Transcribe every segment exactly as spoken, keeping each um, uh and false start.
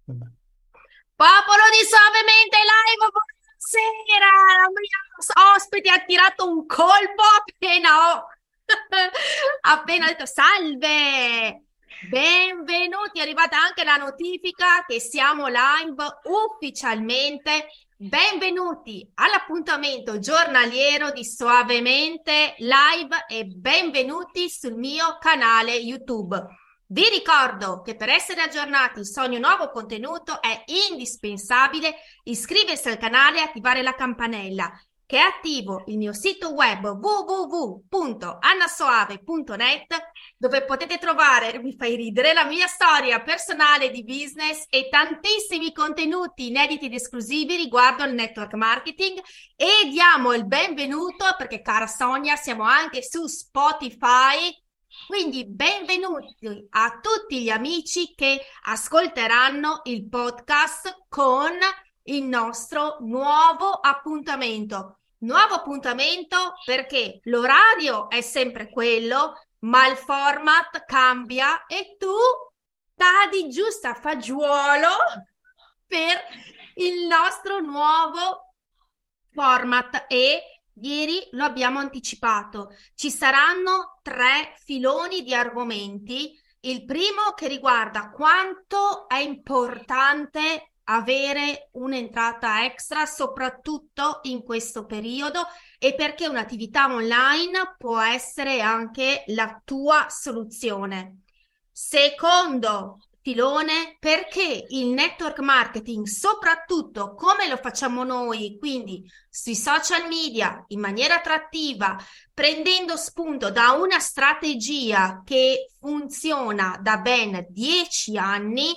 Popolo di Suavemente Live, buonasera! La mia ospite ha tirato un colpo appena ho appena detto salve! Benvenuti, è arrivata anche la notifica che siamo live ufficialmente. Benvenuti all'appuntamento giornaliero di Suavemente Live e benvenuti sul mio canale YouTube. Vi ricordo che per essere aggiornati su ogni nuovo contenuto è indispensabile iscriversi al canale e attivare la campanella, che è attivo il mio sito web w w w punto annasoave punto net, dove potete trovare, mi fai ridere, la mia storia personale di business e tantissimi contenuti inediti ed esclusivi riguardo al network marketing. E diamo il benvenuto, perché cara Sonia, siamo anche su Spotify. Quindi benvenuti a tutti gli amici che ascolteranno il podcast con il nostro nuovo appuntamento. Nuovo appuntamento perché l'orario è sempre quello, ma il format cambia e tu cadi giusto a fagiolo per il nostro nuovo format e ieri lo abbiamo anticipato. Ci saranno tre filoni di argomenti. Il primo che riguarda quanto è importante avere un'entrata extra, soprattutto in questo periodo, e perché un'attività online può essere anche la tua soluzione. Secondo filone, perché il network marketing, soprattutto come lo facciamo noi, quindi sui social media in maniera attrattiva, prendendo spunto da una strategia che funziona da ben dieci anni,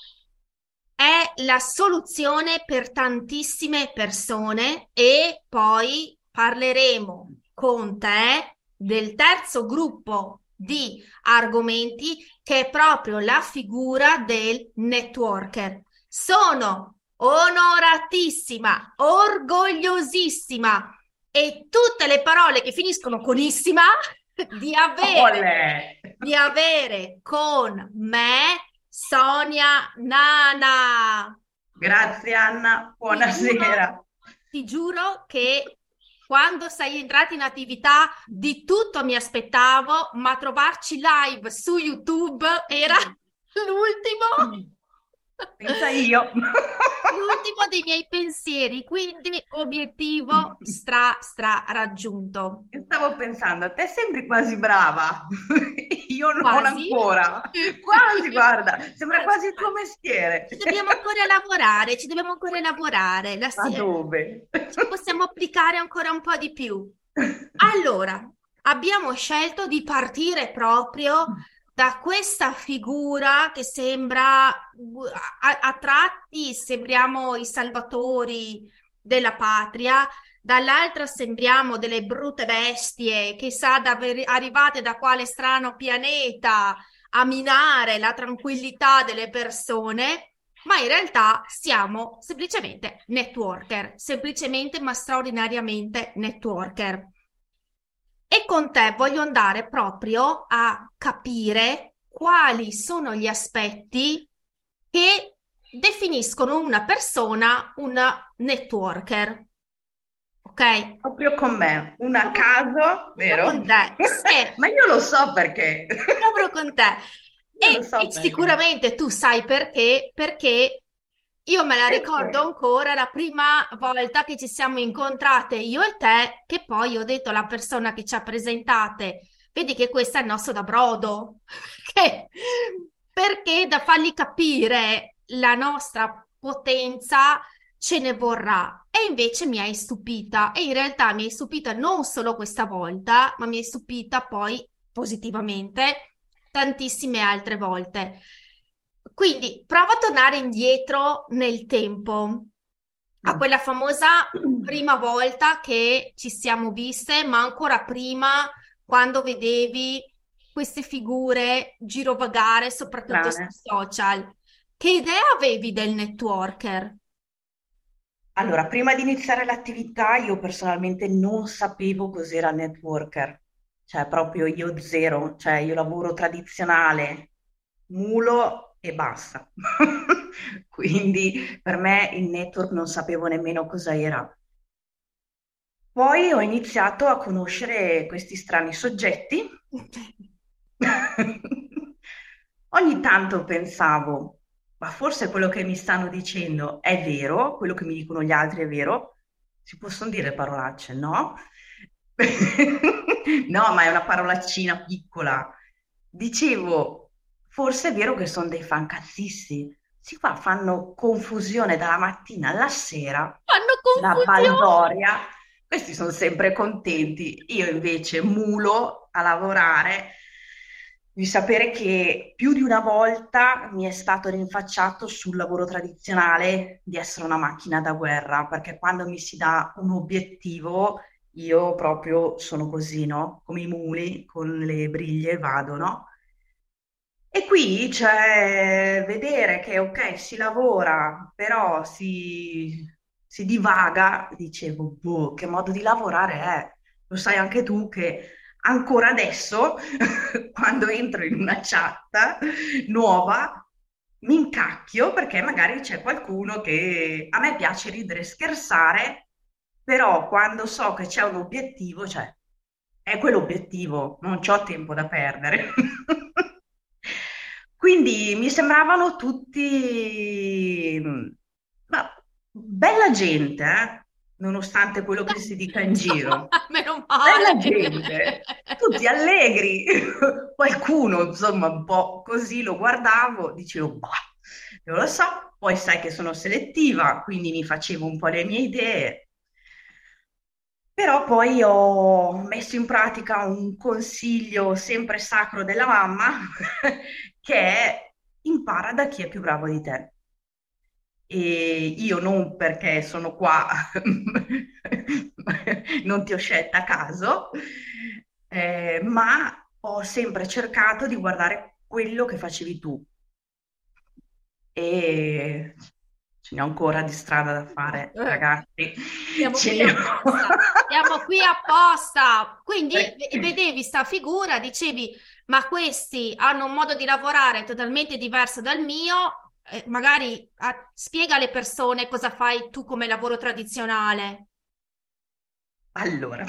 è la soluzione per tantissime persone. E poi parleremo con te del terzo gruppo di argomenti, che è proprio la figura del networker. Sono onoratissima, orgogliosissima e tutte le parole che finiscono con issima di avere, Olè! di avere con me Sonia Nana. Grazie Anna, Ti giuro, buonasera. ti giuro che quando sei entrata in attività di tutto mi aspettavo, ma trovarci live su YouTube era l'ultimo. Pensa io. L'ultimo dei miei pensieri, quindi obiettivo stra stra raggiunto. Stavo pensando, te sembri quasi brava, io non Quasi, ancora. Quasi, guarda, sembra quasi, quasi il tuo quasi. mestiere. Ci dobbiamo ancora lavorare, ci dobbiamo ancora lavorare. La Ma si- dove? Ci possiamo applicare ancora un po' di più. Allora, abbiamo scelto di partire proprio da questa figura che sembra, a, a tratti sembriamo i salvatori della patria, dall'altra sembriamo delle brutte bestie, chissà da ver- arrivate da quale strano pianeta a minare la tranquillità delle persone, ma in realtà siamo semplicemente networker, semplicemente ma straordinariamente networker. E con te voglio andare proprio a capire quali sono gli aspetti che definiscono una persona una networker. Ok? Proprio con me, un a Proprio, caso, proprio vero? con te. Sì, Ma io lo so perché. proprio con te. Io lo E, so e perché. sicuramente tu sai perché, perché io me la ricordo Perché? ancora la prima volta che ci siamo incontrate io e te, che poi ho detto alla persona che ci ha presentate, vedi che questo è il nostro da brodo, Che- perché da fargli capire la nostra potenza ce ne vorrà. E invece mi hai stupita, e in realtà mi hai stupita non solo questa volta, ma mi hai stupita poi positivamente tantissime altre volte. Quindi prova a tornare indietro nel tempo, a Mm. quella famosa prima volta che ci siamo viste, ma ancora prima, quando vedevi queste figure girovagare, soprattutto sui Strane. social. Che idea avevi del networker? Allora, prima di iniziare l'attività io personalmente non sapevo cos'era networker, cioè proprio io zero, cioè io lavoro tradizionale, mulo e basta. Quindi per me il network non sapevo nemmeno cosa era. Poi ho iniziato a conoscere questi strani soggetti. Ogni tanto pensavo, ma forse quello che mi stanno dicendo è vero, quello che mi dicono gli altri è vero. Si possono dire parolacce, no? No, ma è una parolaccina piccola. Dicevo, forse è vero che sono dei fancazzissi. Si fa, fanno confusione dalla mattina alla sera, Fanno la confusione. baldoria. Questi sono sempre contenti. Io invece mulo a lavorare. Devi sapere che più di una volta mi è stato rinfacciato sul lavoro tradizionale di essere una macchina da guerra, perché quando mi si dà un obiettivo, io proprio sono così, no? Come i muli, con le briglie vado, no? E qui c'è vedere che, ok, si lavora, però si, si divaga, dicevo, boh, che modo di lavorare è? Lo sai anche tu che ancora adesso, quando entro in una chat nuova, mi incacchio perché magari c'è qualcuno che a me piace ridere e scherzare, però quando so che c'è un obiettivo, cioè, è quell'obiettivo, non c'ho tempo da perdere. Quindi mi sembravano tutti, ma bella gente, eh? Nonostante quello che si dica in giro. Meno Bella male. gente, tutti allegri. Qualcuno, insomma, un po' così lo guardavo, dicevo, bah, non lo so. Poi sai che sono selettiva, quindi mi facevo un po' le mie idee. Però poi ho messo in pratica un consiglio sempre sacro della mamma, che è impara da chi è più bravo di te. E io non perché sono qua, non ti ho scelta a caso, eh, ma ho sempre cercato di guardare quello che facevi tu. E ce n'è ancora di strada da fare, Eh, ragazzi. Siamo Ce qui ne ho. apposta, siamo qui apposta. Quindi v- Perché? vedevi sta figura, dicevi, ma questi hanno un modo di lavorare totalmente diverso dal mio. Eh, magari ah, spiega alle persone cosa fai tu come lavoro tradizionale. Allora,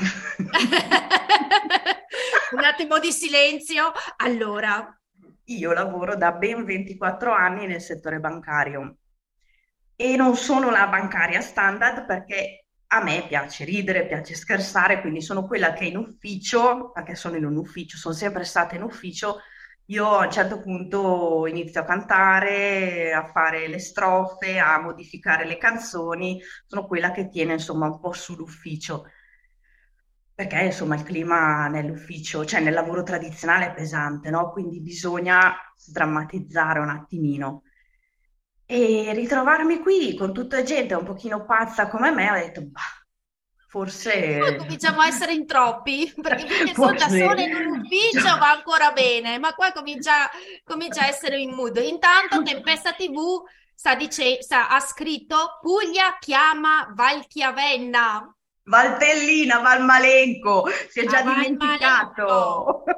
Un attimo di silenzio. Allora, io lavoro da ben ventiquattro anni nel settore bancario e non sono una bancaria standard perché a me piace ridere, piace scherzare, quindi sono quella che in ufficio, perché sono in un ufficio, sono sempre stata in ufficio, io a un certo punto inizio a cantare, a fare le strofe, a modificare le canzoni, sono quella che tiene insomma un po' sull'ufficio. Perché insomma il clima nell'ufficio, cioè nel lavoro tradizionale è pesante, no? Quindi bisogna sdrammatizzare un attimino. E ritrovarmi qui con tutta gente un pochino pazza come me, ho detto, bah, poi forse, cominciamo a essere in troppi, perché finché sono da forse, sola in un ufficio va ancora bene, ma qua comincia, comincia a essere in mood. Intanto Tempesta T V sta dice, sta- ha scritto Puglia chiama Valchiavenna. Valtellina, Valmalenco, si è Ah, già Valmalenco. dimenticato.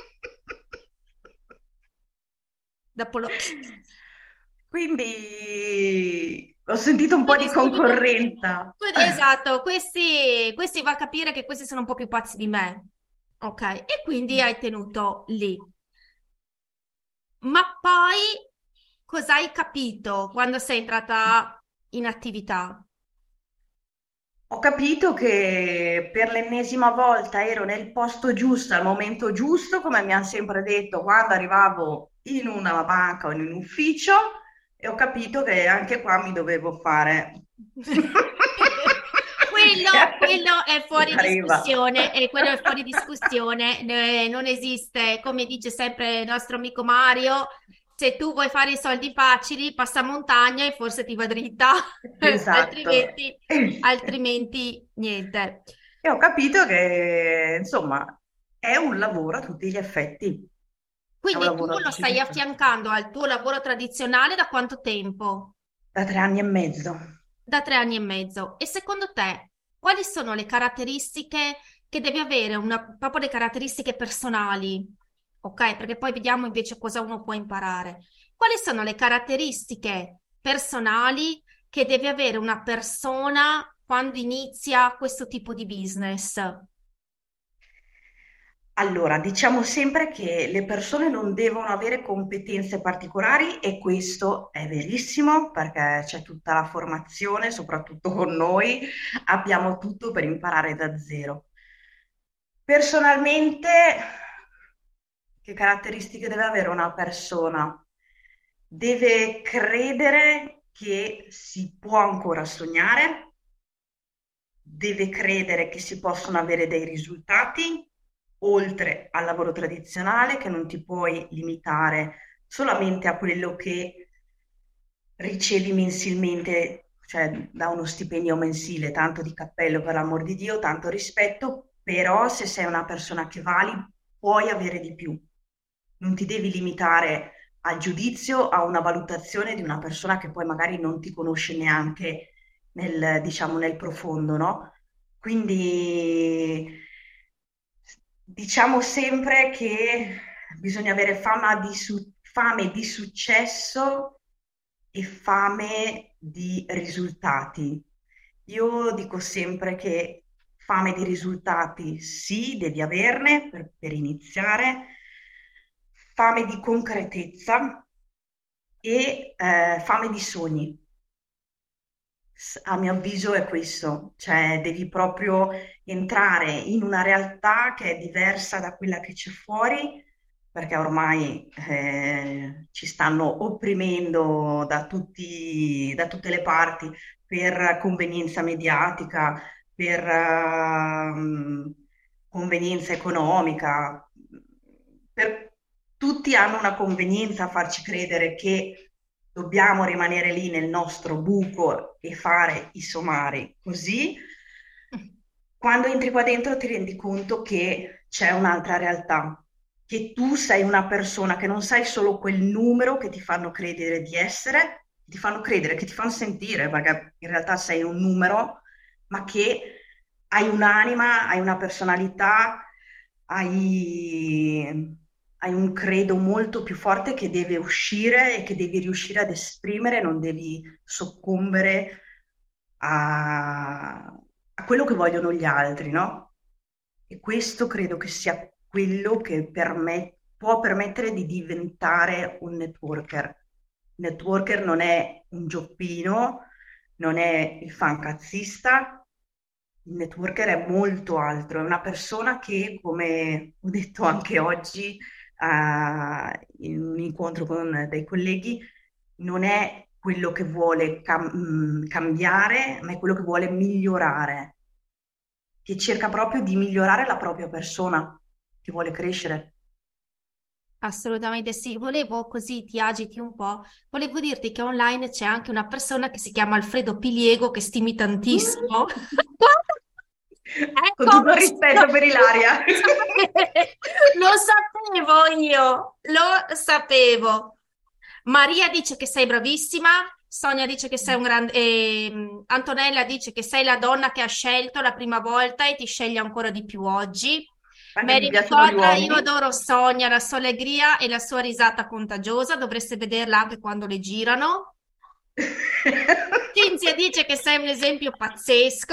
Dopo lo... Quindi ho sentito un po' Quindi di subito... concorrenza. Esatto, questi, questi va a capire che questi sono un po' più pazzi di me. Ok, e quindi hai tenuto lì. Ma poi cosa hai capito quando sei entrata in attività? Ho capito che per l'ennesima volta ero nel posto giusto, al momento giusto, come mi hanno sempre detto quando arrivavo in una banca o in un ufficio, e ho capito che anche qua mi dovevo fare. Quello, quello è Che fuori pareva. discussione, e quello è fuori discussione, eh, non esiste, come dice sempre il nostro amico Mario, se tu vuoi fare i soldi facili, passa montagna e forse ti va dritta, Esatto. altrimenti, E altrimenti niente. ho capito che, insomma, è un lavoro a tutti gli effetti. È un Quindi tu lavoro a lo tutti gli stai effetti. affiancando al tuo lavoro tradizionale da quanto tempo? Da tre anni e mezzo. Da tre anni e mezzo. E secondo te, quali sono le caratteristiche che deve avere una, proprio le caratteristiche personali? ok? Perché poi vediamo invece cosa uno può imparare. Quali sono le caratteristiche personali che deve avere una persona quando inizia questo tipo di business? Allora, diciamo sempre che le persone non devono avere competenze particolari e questo è verissimo perché c'è tutta la formazione, soprattutto con noi, abbiamo tutto per imparare da zero. Personalmente, che caratteristiche deve avere una persona? Deve credere che si può ancora sognare, deve credere che si possono avere dei risultati oltre al lavoro tradizionale, che non ti puoi limitare solamente a quello che ricevi mensilmente, cioè da uno stipendio mensile, tanto di cappello per l'amor di Dio, tanto rispetto, però se sei una persona che vali, puoi avere di più. Non ti devi limitare al giudizio, a una valutazione di una persona che poi magari non ti conosce neanche nel, diciamo, nel profondo, no? Quindi diciamo sempre che bisogna avere fama di su- fame di successo e fame di risultati. Io dico sempre che fame di risultati sì, devi averne per, per iniziare, fame di concretezza e eh, fame di sogni. S- A mio avviso è questo, cioè devi proprio entrare in una realtà che è diversa da quella che c'è fuori, perché ormai eh, ci stanno opprimendo da tutti, da tutte le parti per convenienza mediatica, per ehm, convenienza economica, per- tutti hanno una convenienza a farci credere che dobbiamo rimanere lì nel nostro buco e fare i somari così. Quando entri qua dentro ti rendi conto che c'è un'altra realtà, che tu sei una persona, che non sei solo quel numero che ti fanno credere di essere, ti fanno credere, che ti fanno sentire, perché in realtà sei un numero, ma che hai un'anima, hai una personalità, hai, hai un credo molto più forte che deve uscire e che devi riuscire ad esprimere, non devi soccombere a, a quello che vogliono gli altri, no? E questo credo che sia quello che permet- può permettere di diventare un networker. Il networker non è un gioppino, non è il fancazzista, il networker è molto altro, è una persona che, come ho detto anche oggi, eh, in un incontro con dei colleghi, non è quello che vuole cam- mh, cambiare, ma è quello che vuole migliorare, che cerca proprio di migliorare la propria persona, che vuole crescere. Assolutamente sì, volevo così ti agiti un po', volevo dirti che online c'è anche una persona che si chiama Alfredo Piliego che stimi tantissimo. Con Ecco, tutto il lo, rispetto per Ilaria. lo sapevo io, lo sapevo. Maria dice che sei bravissima, Sonia dice che sei un grande, ehm, Antonella dice che sei la donna che ha scelto la prima volta e ti sceglie ancora di più oggi. Anche mi Mary mi piacciono gli ricorda, io uomini. adoro Sonia, la sua allegria e la sua risata contagiosa, dovreste vederla anche quando le girano. Cinzia dice che sei un esempio pazzesco.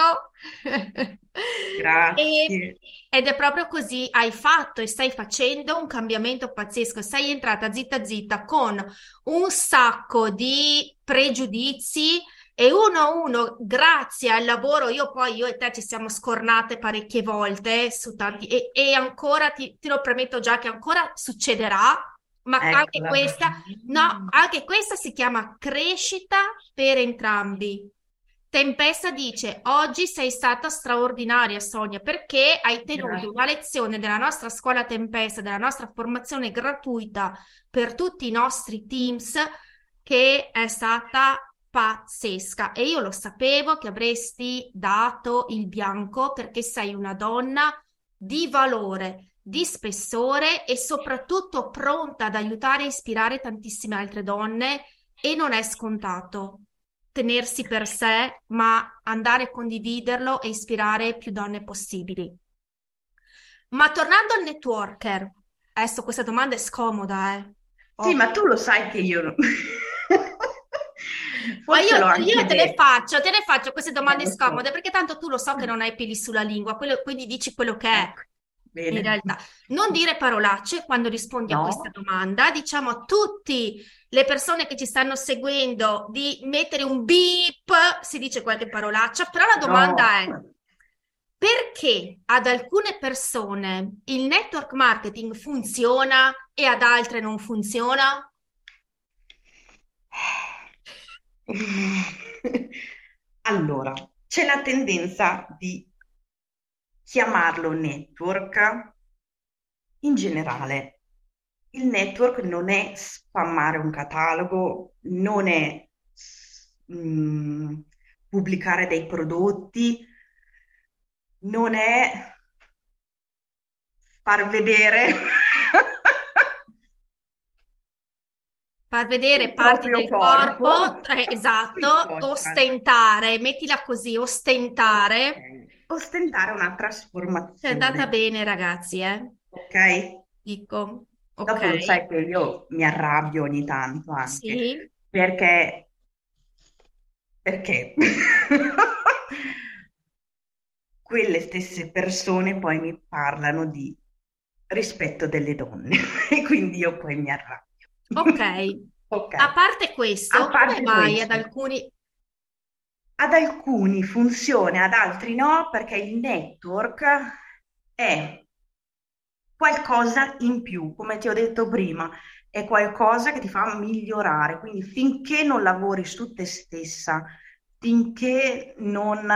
E- Grazie. ed è proprio così, hai fatto e stai facendo un cambiamento pazzesco. Sei entrata zitta zitta con un sacco di pregiudizi e uno a uno, grazie al lavoro, io poi, io e te ci siamo scornate parecchie volte su tanti, e, e ancora ti, ti lo premetto già che ancora succederà, ma anche Eccola. questa, no, anche questa si chiama crescita per entrambi. Tempesta dice: Oggi sei stata straordinaria, Sonia, perché hai tenuto una Grazie. lezione della nostra scuola Tempesta, della nostra formazione gratuita per tutti i nostri teams, che è stata pazzesca. E io lo sapevo che avresti dato il bianco perché sei una donna di valore, di spessore e soprattutto pronta ad aiutare e ispirare tantissime altre donne e non è scontato tenersi per sé, ma andare a condividerlo e ispirare più donne possibili. Ma tornando al networker, Adesso questa domanda è scomoda, eh. Sì, Oh. ma tu lo sai che io non... Ma io, Forse l'ho io anche te le detto. faccio, te le faccio queste Eh, domande lo so. scomode perché tanto tu lo so che non hai peli sulla lingua, quello- quindi dici quello che è. Ecco, In bene. realtà, non dire parolacce quando rispondi a questa No, domanda. Diciamo a tutte le persone che ci stanno seguendo di mettere un beep, si dice qualche parolaccia, però la domanda no. è: perché ad alcune persone il network marketing funziona e ad altre non funziona? Allora, c'è la tendenza di chiamarlo network in generale. Il network non è spammare un catalogo, non è mm, pubblicare dei prodotti, non è far vedere Far vedere il parti proprio del corpo, corpo eh, sui esatto, social. ostentare, mettila così, ostentare. Ok. Ostentare una È andata trasformazione, bene, ragazzi, eh? ok? Dico, ok, Dopo lo sai che io mi arrabbio ogni tanto anche, sì. perché, perché quelle stesse persone poi mi parlano di rispetto delle donne e quindi io poi mi arrabbio. Ok, Ok, a parte a questo, come parte mai ad questo. alcuni... Ad alcuni funziona, ad altri no, perché il network è qualcosa in più, come ti ho detto prima, è qualcosa che ti fa migliorare. Quindi finché non lavori su te stessa, finché non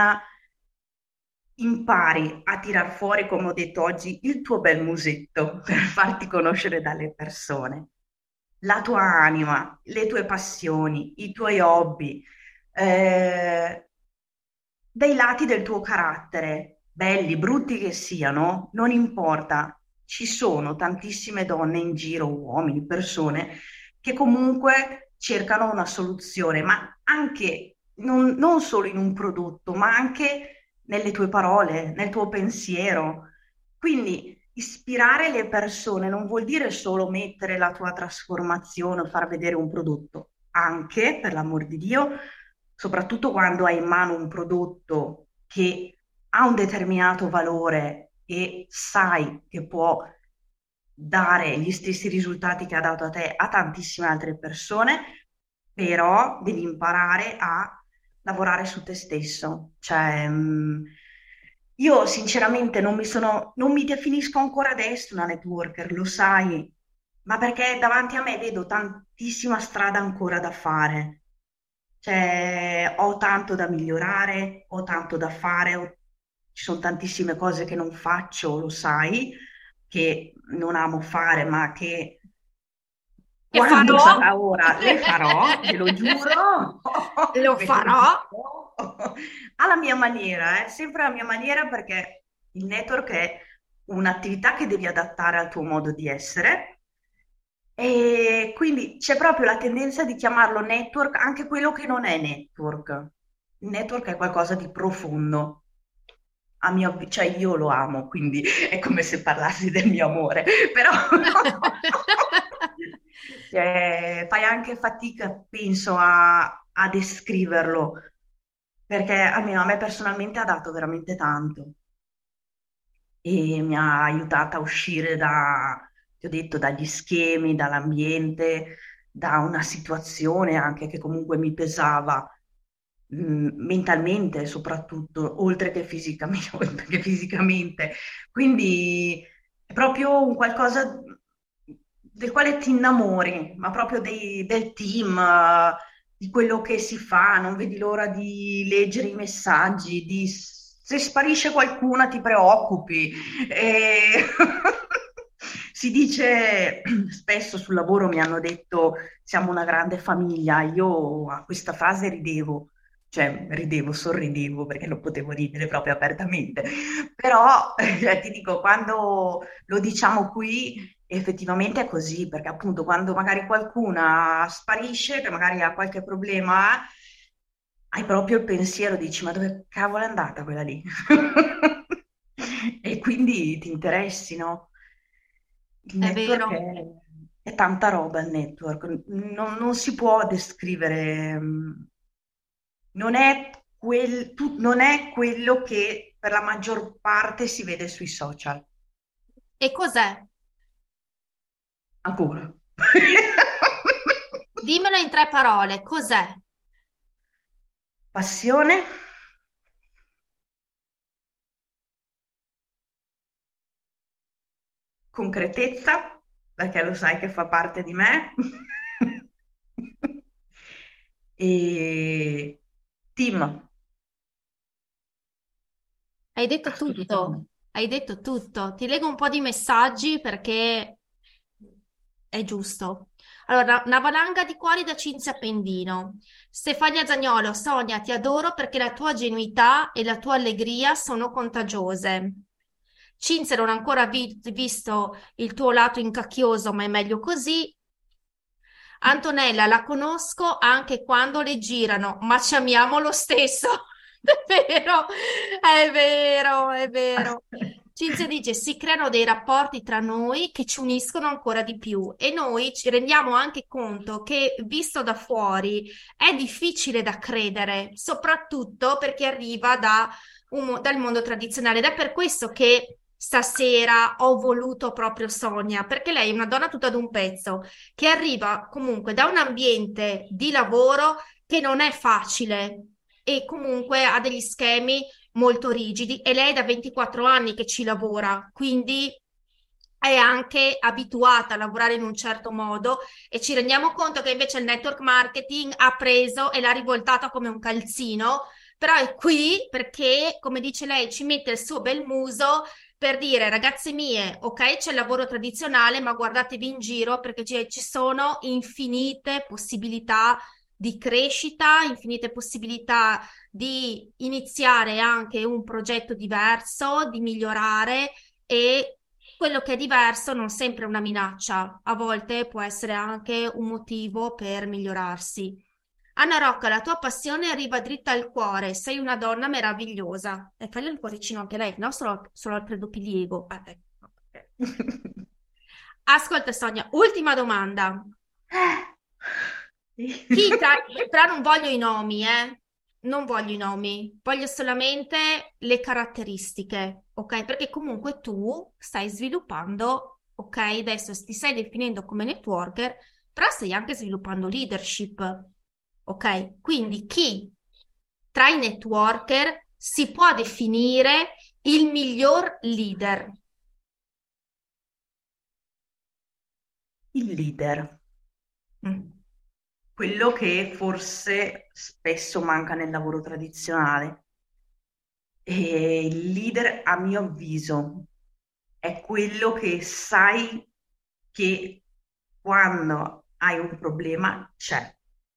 impari a tirar fuori, come ho detto oggi, il tuo bel musetto per farti conoscere dalle persone, la tua anima, le tue passioni, i tuoi hobby, eh, dei lati del tuo carattere, belli, brutti che siano, non importa. Ci sono tantissime donne in giro, uomini, persone che comunque cercano una soluzione, ma anche non, non solo in un prodotto, ma anche nelle tue parole, nel tuo pensiero. Quindi ispirare le persone non vuol dire solo mettere la tua trasformazione o far vedere un prodotto, anche, per l'amor di Dio, soprattutto quando hai in mano un prodotto che ha un determinato valore e sai che può dare gli stessi risultati che ha dato a te a tantissime altre persone, però devi imparare a lavorare su te stesso. Cioè, mh, io sinceramente non mi sono, non mi definisco ancora adesso una networker, lo sai, ma perché davanti a me vedo tantissima strada ancora da fare. Cioè, ho tanto da migliorare, ho tanto da fare, ho- ci sono tantissime cose che non faccio, lo sai, che non amo fare, ma che Che quando farò? sarà ora le farò, ve lo giuro, Lo ve lo farò. giuro, alla mia maniera, eh, sempre alla mia maniera perché il network è un'attività che devi adattare al tuo modo di essere e quindi c'è proprio la tendenza di chiamarlo network anche quello che non è network. Il network è qualcosa di profondo. A mio avvi- cioè io lo amo, quindi è come se parlassi del mio amore, però cioè, fai anche fatica, penso, a, a descriverlo, perché almeno a me personalmente ha dato veramente tanto e mi ha aiutata a uscire da, ti ho detto, dagli schemi, dall'ambiente, da una situazione anche che comunque mi pesava, mh, mentalmente soprattutto, oltre che fisicamente, oltre che fisicamente. Quindi è proprio un qualcosa del quale ti innamori, ma proprio dei- del team, eh, di quello che si fa, non vedi l'ora di leggere i messaggi, di se sparisce qualcuna ti preoccupi. E si dice spesso sul lavoro mi hanno detto siamo una grande famiglia. Io a questa frase ridevo, cioè ridevo, sorridevo perché non potevo ridere proprio apertamente. Però eh, ti dico, quando lo diciamo qui, effettivamente è così, perché appunto quando magari qualcuna sparisce, che magari ha qualche problema, hai proprio il pensiero, dici, ma dove cavolo è andata quella lì? E quindi ti interessi, no? Il È network vero. è, è tanta roba, il network. Non, non si può descrivere, mm, non è quel- tu- non è quello che per la maggior parte si vede sui social. E cos'è? Ancora. Dimmelo in tre parole, cos'è? Passione, concretezza, perché lo sai che fa parte di me, e team. Hai detto tutto, hai detto tutto. Ti leggo un po' di messaggi perché è giusto. Allora, una valanga di cuori da Cinzia Pendino. Stefania Zagnolo, Sonia, ti adoro perché la tua genuità e la tua allegria sono contagiose. Cinzia non ha ancora vi- visto il tuo lato incacchioso, ma è meglio così. Antonella, la conosco anche quando le girano, ma ci amiamo lo stesso. È vero, è vero, è vero. Cinzia dice, si creano dei rapporti tra noi che ci uniscono ancora di più e noi ci rendiamo anche conto che, visto da fuori, è difficile da credere, soprattutto perché arriva da un mo- dal mondo tradizionale. Ed è per questo che stasera ho voluto proprio Sonia, perché lei è una donna tutta d'un pezzo che arriva comunque da un ambiente di lavoro che non è facile e comunque ha degli schemi molto rigidi e lei è da ventiquattro anni che ci lavora, quindi è anche abituata a lavorare in un certo modo e ci rendiamo conto che invece il network marketing ha preso e l'ha rivoltata come un calzino, però è qui perché, come dice lei, ci mette il suo bel muso per dire, ragazze mie, ok, c'è il lavoro tradizionale, ma guardatevi in giro perché ci ci sono infinite possibilità di crescita, infinite possibilità di iniziare anche un progetto diverso, di migliorare e quello che è diverso non sempre è una minaccia, a volte può essere anche un motivo per migliorarsi. Anna Rocca, la tua passione arriva dritta al cuore, sei una donna meravigliosa. E fagli il cuoricino anche lei, no? Solo, solo al predopiliego. Ah, ecco, ok. Ascolta Sonia, ultima domanda. Chi tra... Però non voglio i nomi, eh? Non voglio i nomi, voglio solamente le caratteristiche, ok? Perché comunque tu stai sviluppando, ok? Adesso ti stai definendo come networker, però stai anche sviluppando leadership, ok? Quindi chi tra i networker si può definire il miglior leader? Il leader, Mm. quello che forse spesso manca nel lavoro tradizionale. E il leader, a mio avviso, è quello che sai che quando hai un problema c'è,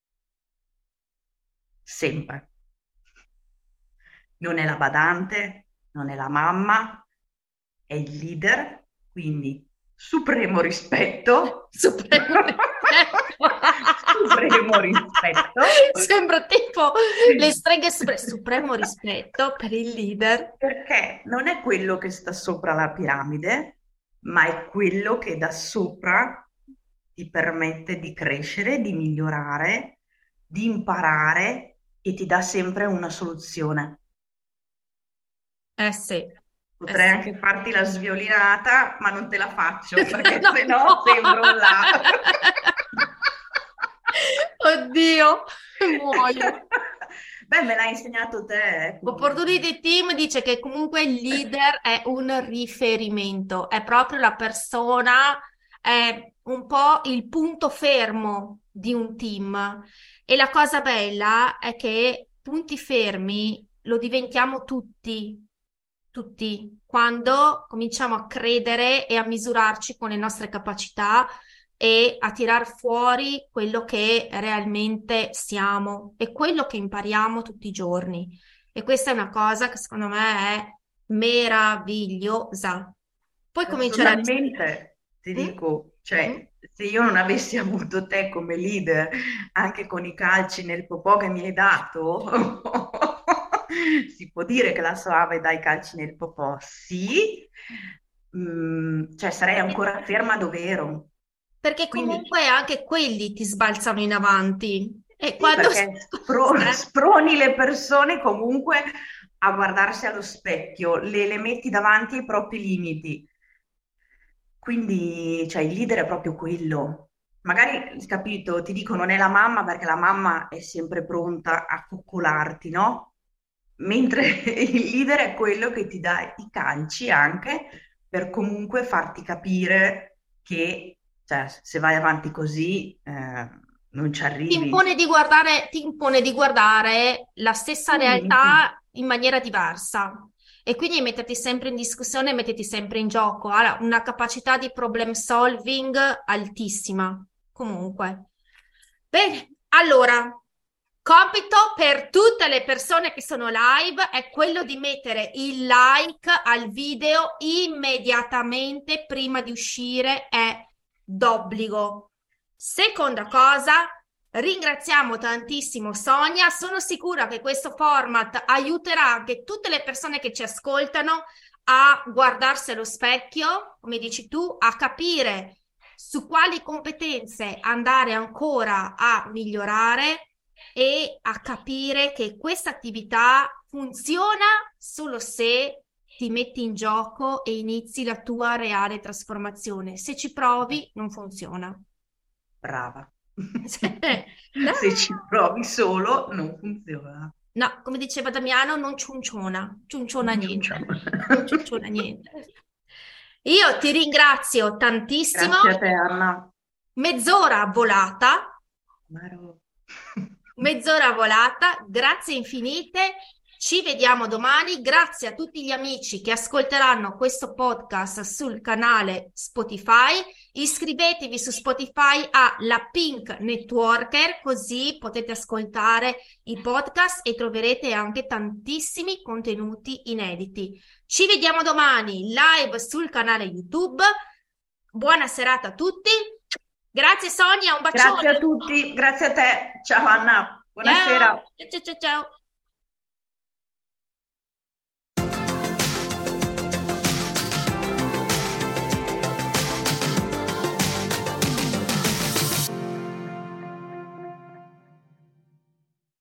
sempre. Non è la badante, non è la mamma, è il leader, quindi supremo rispetto. Supremo rispetto. Supremo rispetto. Sembra tipo le streghe supre- supremo rispetto per il leader. Perché non è quello che sta sopra la piramide, ma è quello che da sopra ti permette di crescere, di migliorare, di imparare e ti dà sempre una soluzione. Eh sì, eh Potrei sì. anche farti la sviolinata, ma non te la faccio perché No. sennò sembro un là. Oddio, muoio. Beh, me l'hai insegnato te, eh, comunque. Opportunity Team dice che comunque il leader è un riferimento, è proprio la persona, è un po' il punto fermo di un team. E la cosa bella è che punti fermi lo diventiamo tutti, tutti, quando cominciamo a credere e a misurarci con le nostre capacità e a tirar fuori quello che realmente siamo e quello che impariamo tutti i giorni. E questa è una cosa che secondo me è meravigliosa. Poi comincerà... Personalmente ti Mm? dico, Mm? cioè, se io non avessi avuto te come leader, anche con i calci nel popò che mi hai dato, si può dire che la Soave dà i calci nel popò, sì, mm, cioè sarei ancora ferma dove ero. Perché Quindi comunque anche quelli ti sbalzano in avanti. E sì, quando perché spro- sproni le persone comunque a guardarsi allo specchio, le, le metti davanti ai propri limiti. Quindi, cioè, il leader è proprio quello. Magari, capito, ti dico non è la mamma perché la mamma è sempre pronta a coccolarti, no? Mentre il leader è quello che ti dà i calci anche per comunque farti capire che, cioè, se vai avanti così, eh, non ci ti arrivi. impone di guardare, ti impone di guardare la stessa Sì, sì. realtà in maniera diversa. E quindi metterti sempre in discussione e metterti sempre in gioco. Ha una capacità di problem solving altissima. Comunque. Bene, allora, compito per tutte le persone che sono live è quello di mettere il like al video immediatamente prima di uscire, è d'obbligo. Seconda cosa, ringraziamo tantissimo Sonia. Sono sicura che questo format aiuterà anche tutte le persone che ci ascoltano a guardarsi allo specchio, come dici tu, a capire su quali competenze andare ancora a migliorare e a capire che questa attività funziona solo se ti metti in gioco e inizi la tua reale trasformazione. Se ci provi, non funziona. Brava. No, Se ci provi solo, non funziona. no, come diceva Damiano, non ciunciona, ciunciona Non niente, ciucciamo. non ciunciona niente. Io ti ringrazio tantissimo, Grazie a te, Anna. mezz'ora volata. Maro. Mezz'ora volata, grazie infinite. Ci vediamo domani. Grazie a tutti gli amici che ascolteranno questo podcast sul canale Spotify. Iscrivetevi su Spotify a La Pink Networker, così potete ascoltare i podcast e troverete anche tantissimi contenuti inediti. Ci vediamo domani live sul canale YouTube. Buona serata a tutti. Grazie Sonia, un Grazie a bacione. tutti, grazie a te. Ciao Anna, Ciao, buonasera. ciao, ciao, ciao.